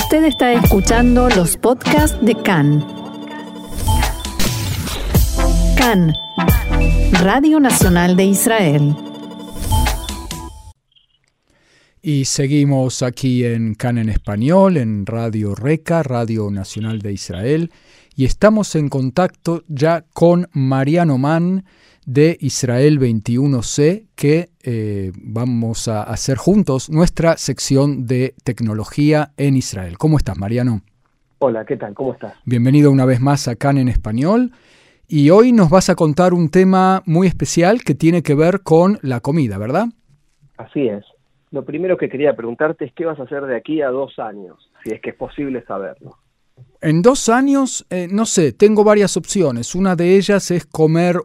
Usted está escuchando los podcasts de CAN. CAN, Radio Nacional de Israel. Y seguimos aquí en CAN en español, en Radio Reca, Radio Nacional de Israel, y estamos en contacto ya con Mariano Mann de Israel 21C, que vamos a hacer juntos nuestra sección de tecnología en Israel. ¿Cómo estás, Mariano? Hola, ¿qué tal? ¿Cómo estás? Bienvenido una vez más a CAN en español. Y hoy nos vas a contar un tema muy especial que tiene que ver con la comida, ¿verdad? Así es. Lo primero que quería preguntarte es qué vas a hacer de aquí a 2 años, si es que es posible saberlo. En 2 años, no sé, tengo varias opciones. Una de ellas es comer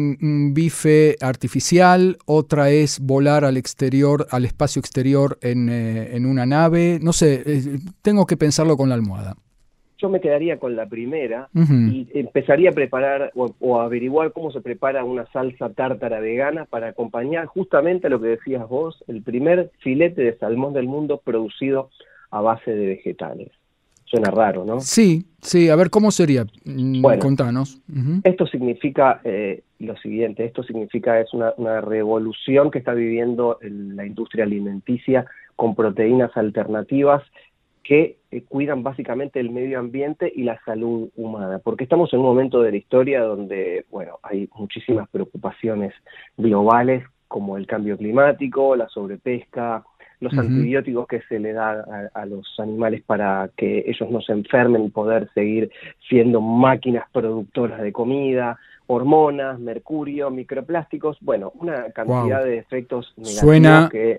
un bife artificial, otra es volar al exterior, al espacio exterior en una nave. No sé, tengo que pensarlo con la almohada. Yo me quedaría con la primera Uh-huh. y empezaría a preparar o averiguar cómo se prepara una salsa tártara vegana para acompañar justamente a lo que decías vos, el primer filete de salmón del mundo producido a base de vegetales. Suena raro, ¿no? Sí, a ver, ¿cómo sería? Bueno, Contanos. Uh-huh. Esto significa lo siguiente, es una revolución que está viviendo la industria alimenticia con proteínas alternativas que cuidan básicamente el medio ambiente y la salud humana, porque estamos en un momento de la historia donde, bueno, hay muchísimas preocupaciones globales como el cambio climático, la sobrepesca, los Uh-huh. antibióticos que se le da a los animales para que ellos no se enfermen y poder seguir siendo máquinas productoras de comida, hormonas, mercurio, microplásticos, bueno, una cantidad Wow. de efectos negativos. Suena que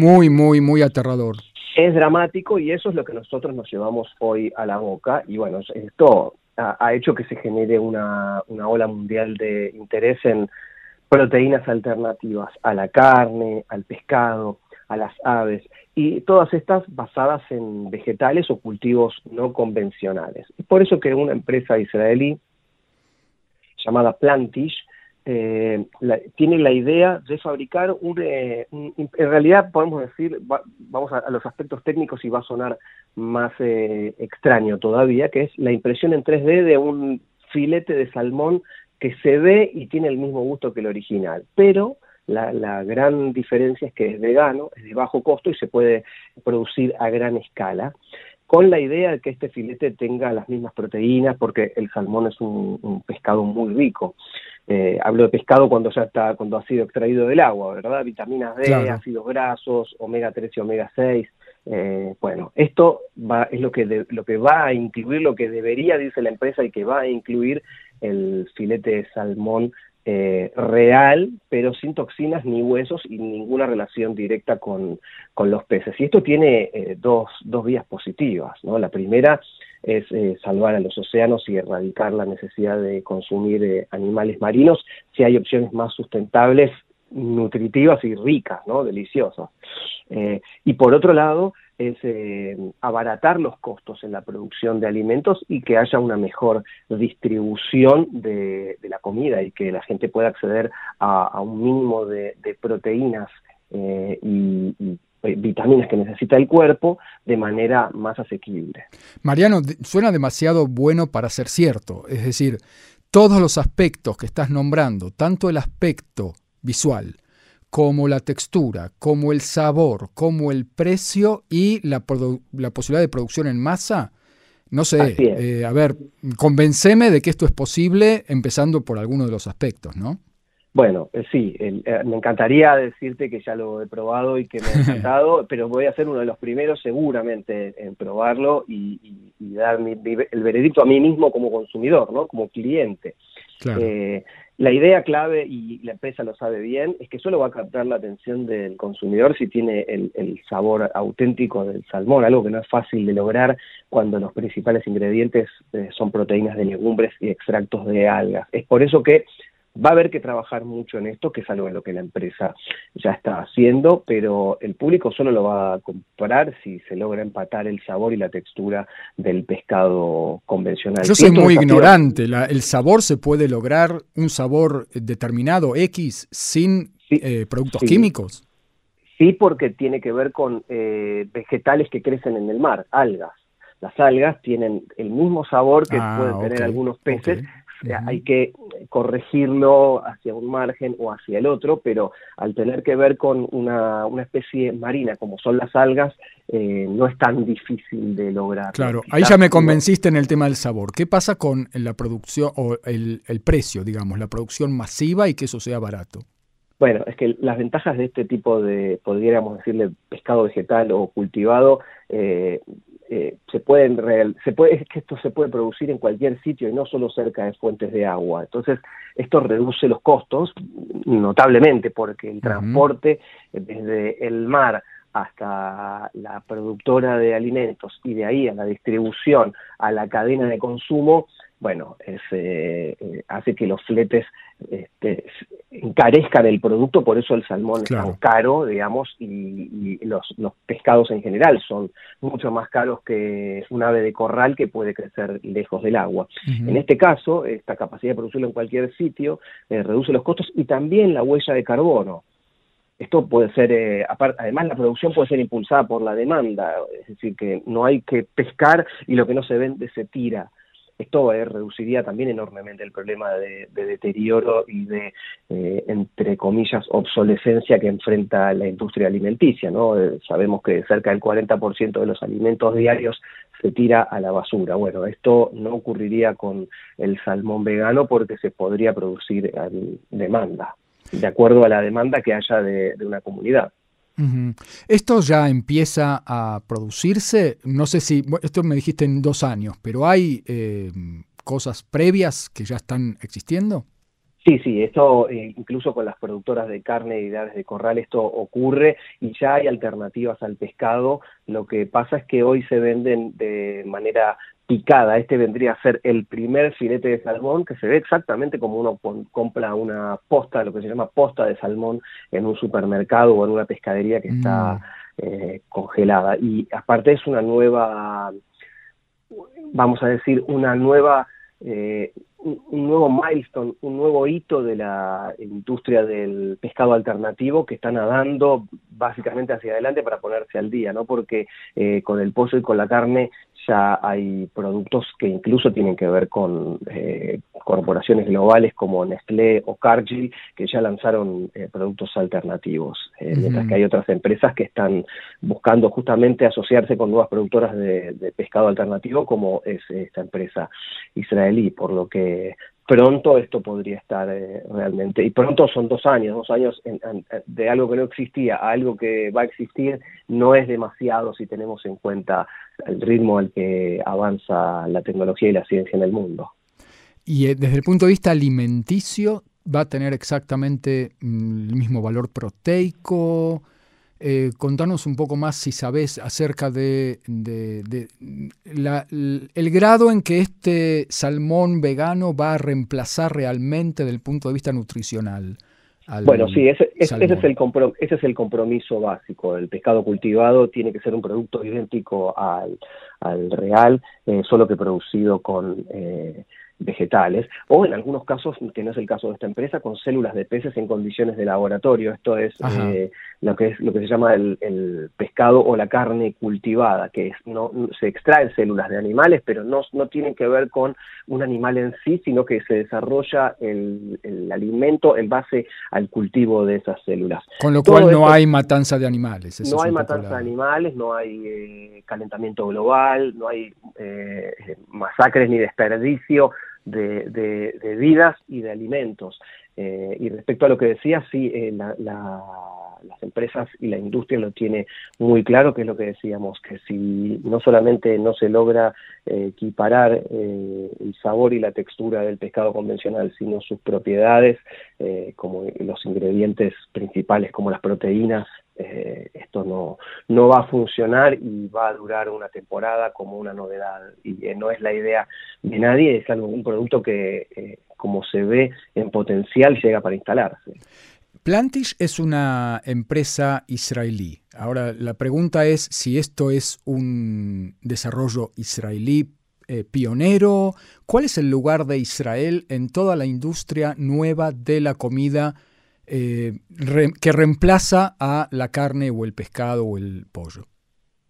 muy aterrador. es dramático y eso es lo que nosotros nos llevamos hoy a la boca y bueno, esto ha hecho que se genere una ola mundial de interés en proteínas alternativas a la carne, al pescado, a las aves y todas estas basadas en vegetales o cultivos no convencionales. Es por eso que una empresa israelí llamada Plantish tiene la idea de fabricar en realidad podemos decir, vamos a los aspectos técnicos y va a sonar más extraño todavía, que es la impresión en 3D de un filete de salmón que se ve y tiene el mismo gusto que el original, pero la gran diferencia es que es vegano, es de bajo costo y se puede producir a gran escala, con la idea de que este filete tenga las mismas proteínas, porque el salmón es un pescado muy rico. Hablo de pescado cuando ha sido extraído del agua, ¿verdad? Vitaminas D, Claro. ácidos grasos, omega 3 y omega 6. Bueno, esto es lo que va a incluir, lo que debería, dice la empresa, y que va a incluir el filete de salmón real, pero sin toxinas ni huesos y ninguna relación directa con los peces. Y esto tiene dos vías positivas, ¿no? La primera es salvar a los océanos y erradicar la necesidad de consumir animales marinos si hay opciones más sustentables, nutritivas y ricas, ¿no? Deliciosas. Y por otro lado, es abaratar los costos en la producción de alimentos y que haya una mejor distribución de la comida y que la gente pueda acceder a un mínimo de proteínas y vitaminas que necesita el cuerpo de manera más asequible. Mariano, suena demasiado bueno para ser cierto. Es decir, todos los aspectos que estás nombrando, tanto el aspecto visual, como la textura, como el sabor, como el precio y la posibilidad de producción en masa, no sé, a ver, convénceme de que esto es posible empezando por alguno de los aspectos, ¿no? Bueno, sí, me encantaría decirte que ya lo he probado y que me ha encantado, pero voy a ser uno de los primeros seguramente en probarlo y dar el veredicto a mí mismo como consumidor, ¿no? Como cliente. Claro. La idea clave, y la empresa lo sabe bien, es que solo va a captar la atención del consumidor si tiene el sabor auténtico del salmón, algo que no es fácil de lograr cuando los principales ingredientes son proteínas de legumbres y extractos de algas. Es por eso que va a haber que trabajar mucho en esto, que es algo en lo que la empresa ya está haciendo, pero el público solo lo va a comprar si se logra empatar el sabor y la textura del pescado convencional. Yo soy muy ignorante. ¿El sabor se puede lograr, un sabor determinado X, sin productos químicos? Sí, porque tiene que ver con vegetales que crecen en el mar, algas. Las algas tienen el mismo sabor que pueden tener algunos peces. Okay. Hay que corregirlo hacia un margen o hacia el otro, pero al tener que ver con una especie marina como son las algas, no es tan difícil de lograr. Claro, ahí ya me convenciste en el tema del sabor. ¿Qué pasa con la producción o el precio, digamos, la producción masiva y que eso sea barato? Bueno, es que las ventajas de este tipo de, podríamos decirle, pescado vegetal o cultivado, es que esto se puede producir en cualquier sitio y no solo cerca de fuentes de agua. Entonces, esto reduce los costos notablemente porque el transporte desde el mar hasta la productora de alimentos y de ahí a la distribución, a la cadena de consumo, bueno, hace que los fletes encarezcan el producto, por eso el salmón es tan caro, digamos, y los pescados en general son mucho más caros que un ave de corral que puede crecer lejos del agua. En este caso, esta capacidad de producirlo en cualquier sitio reduce los costos y también la huella de carbono. Esto puede ser, además la producción puede ser impulsada por la demanda, es decir, que no hay que pescar y lo que no se vende se tira. Esto reduciría también enormemente el problema de deterioro y de, entre comillas, obsolescencia que enfrenta la industria alimenticia, ¿no? Sabemos que cerca del 40% de los alimentos diarios se tira a la basura. Bueno, esto no ocurriría con el salmón vegano porque se podría producir en demanda, de acuerdo a la demanda que haya de una comunidad. ¿Esto ya empieza a producirse? No sé si, esto me dijiste en 2 años, pero ¿hay cosas previas que ya están existiendo? Sí, esto incluso con las productoras de carne y de aves de corral esto ocurre y ya hay alternativas al pescado. Lo que pasa es que hoy se venden de manera picada. Este vendría a ser el primer filete de salmón que se ve exactamente como uno compra una posta, lo que se llama posta de salmón en un supermercado o en una pescadería que está congelada. Y aparte es una nueva, vamos a decir, una nueva un nuevo milestone, un nuevo hito de la industria del pescado alternativo que está nadando básicamente hacia adelante para ponerse al día, ¿no? Porque con el pollo y con la carne ya hay productos que incluso tienen que ver con corporaciones globales como Nestlé o Cargill que ya lanzaron productos alternativos, mientras que hay otras empresas que están buscando justamente asociarse con nuevas productoras de pescado alternativo como es esta empresa israelí, por lo que pronto esto podría estar realmente, y pronto son 2 años, 2 años de algo que no existía a algo que va a existir, no es demasiado si tenemos en cuenta el ritmo al que avanza la tecnología y la ciencia en el mundo. Y desde el punto de vista alimenticio, ¿va a tener exactamente el mismo valor proteico? Contanos un poco más, si sabés, acerca de el grado en que este salmón vegano va a reemplazar realmente desde el punto de vista nutricional. Bueno, sí, ese es el compromiso básico. El pescado cultivado tiene que ser un producto idéntico al real, solo que producido con vegetales, o en algunos casos, que no es el caso de esta empresa, con células de peces en condiciones de laboratorio. Esto es lo que se llama el pescado o la carne cultivada, que no se extraen células de animales, pero no tienen que ver con un animal en sí, sino que se desarrolla el alimento en base al cultivo de esas células. Con lo cual no hay matanza de animales. No hay matanza de animales, no hay calentamiento global, no hay masacres ni desperdicio de vidas y de alimentos. Y respecto a lo que decía, sí, las empresas y la industria lo tiene muy claro, que es lo que decíamos, que si no solamente no se logra equiparar el sabor y la textura del pescado convencional, sino sus propiedades, como los ingredientes principales, como las proteínas, esto no va a funcionar y va a durar una temporada como una novedad, y no es la idea de nadie, es un producto que como se ve en potencial llega para instalarse. Plantish es una empresa israelí. Ahora la pregunta es si esto es un desarrollo israelí pionero. ¿Cuál es el lugar de Israel en toda la industria nueva de la comida que reemplaza a la carne o el pescado o el pollo?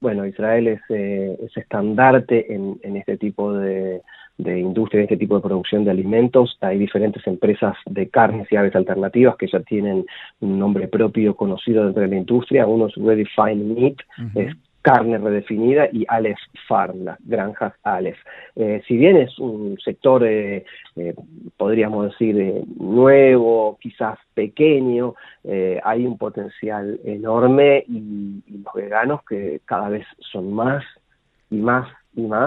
bueno, Israel es estandarte en este tipo de industria, en este tipo de producción de alimentos. Hay diferentes empresas de carnes y aves alternativas que ya tienen un nombre propio conocido dentro de la industria. Uno es Redefined Meat, es carne redefinida, y Aleph Farm, las granjas Aleph. Si bien es un sector, podríamos decir, nuevo, quizás pequeño, hay un potencial enorme, y los veganos, que cada vez son más y más y más,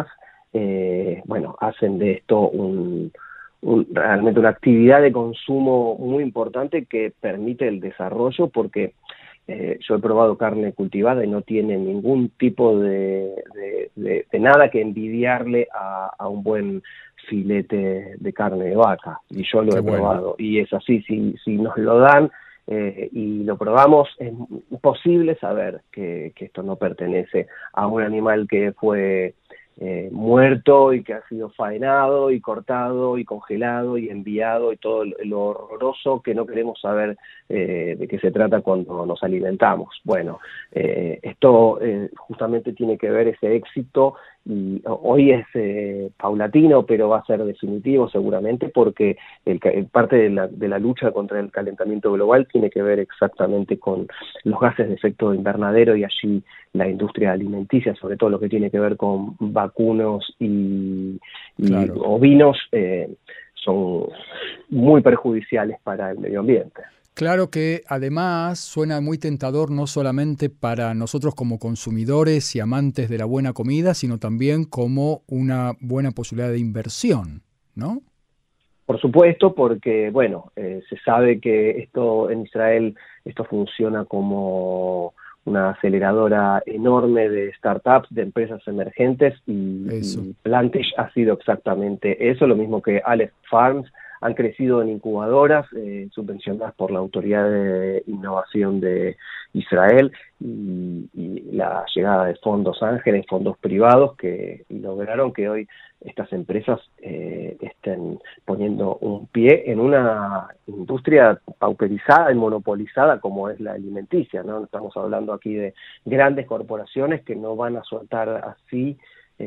hacen de esto realmente una actividad de consumo muy importante que permite el desarrollo, porque yo he probado carne cultivada y no tiene ningún tipo de nada que envidiarle a un buen filete de carne de vaca, y yo lo he probado, y es así. Si nos lo dan y lo probamos, es imposible saber que esto no pertenece a un animal que fue muerto y que ha sido faenado y cortado y congelado y enviado, y todo lo horroroso que no queremos saber de qué se trata cuando nos alimentamos. Bueno, esto justamente tiene que ver ese éxito, y hoy es paulatino, pero va a ser definitivo seguramente, porque parte de la lucha contra el calentamiento global tiene que ver exactamente con los gases de efecto invernadero, y allí la industria alimenticia, sobre todo lo que tiene que ver con vacunos y ovinos, son muy perjudiciales para el medio ambiente. Claro que además suena muy tentador, no solamente para nosotros como consumidores y amantes de la buena comida, sino también como una buena posibilidad de inversión, ¿no? Por supuesto, porque se sabe que esto en Israel funciona como una aceleradora enorme de startups, de empresas emergentes, y Plantish ha sido exactamente eso, lo mismo que Aleph Farms. Han crecido en incubadoras subvencionadas por la Autoridad de Innovación de Israel, y la llegada de fondos ángeles, fondos privados, que lograron que hoy estas empresas estén poniendo un pie en una industria pauperizada y monopolizada como es la alimenticia, ¿no? Estamos hablando aquí de grandes corporaciones que no van a soltar así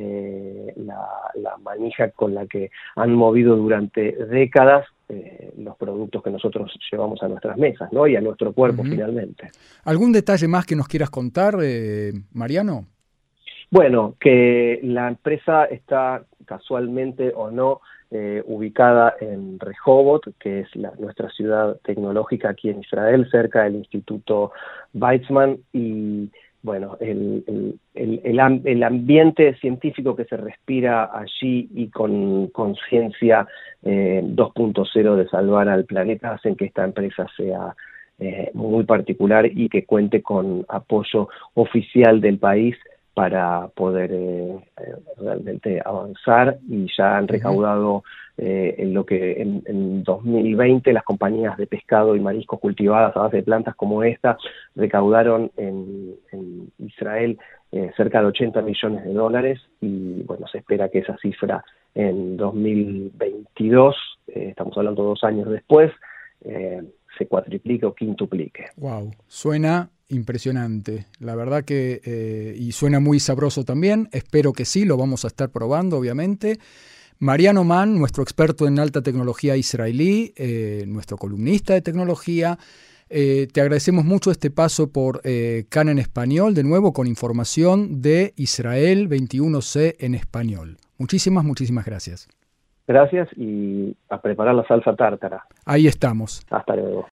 la manija con la que han movido durante décadas los productos que nosotros llevamos a nuestras mesas, ¿no? Y a nuestro cuerpo finalmente. ¿Algún detalle más que nos quieras contar, Mariano? Bueno, que la empresa está casualmente o no ubicada en Rehovot, que es nuestra ciudad tecnológica aquí en Israel, cerca del Instituto Weizmann, y bueno, el ambiente científico que se respira allí, y con conciencia 2.0 de salvar al planeta, hacen que esta empresa sea muy particular, y que cuente con apoyo oficial del país para poder realmente avanzar, y ya han recaudado en lo que en 2020 las compañías de pescado y mariscos cultivadas a base de plantas como esta recaudaron en Israel cerca de $80 millones, y bueno, se espera que esa cifra en 2022, estamos hablando 2 años después, se cuatriplique o quintuplique. Wow, suena impresionante, la verdad que, y suena muy sabroso también. Espero que sí, lo vamos a estar probando, obviamente. Mariano Mann, nuestro experto en alta tecnología israelí, nuestro columnista de tecnología. Te agradecemos mucho este paso por CAN en español, de nuevo con información de Israel 21C en español. Muchísimas gracias. Gracias, y a preparar la salsa tártara. Ahí estamos. Hasta luego.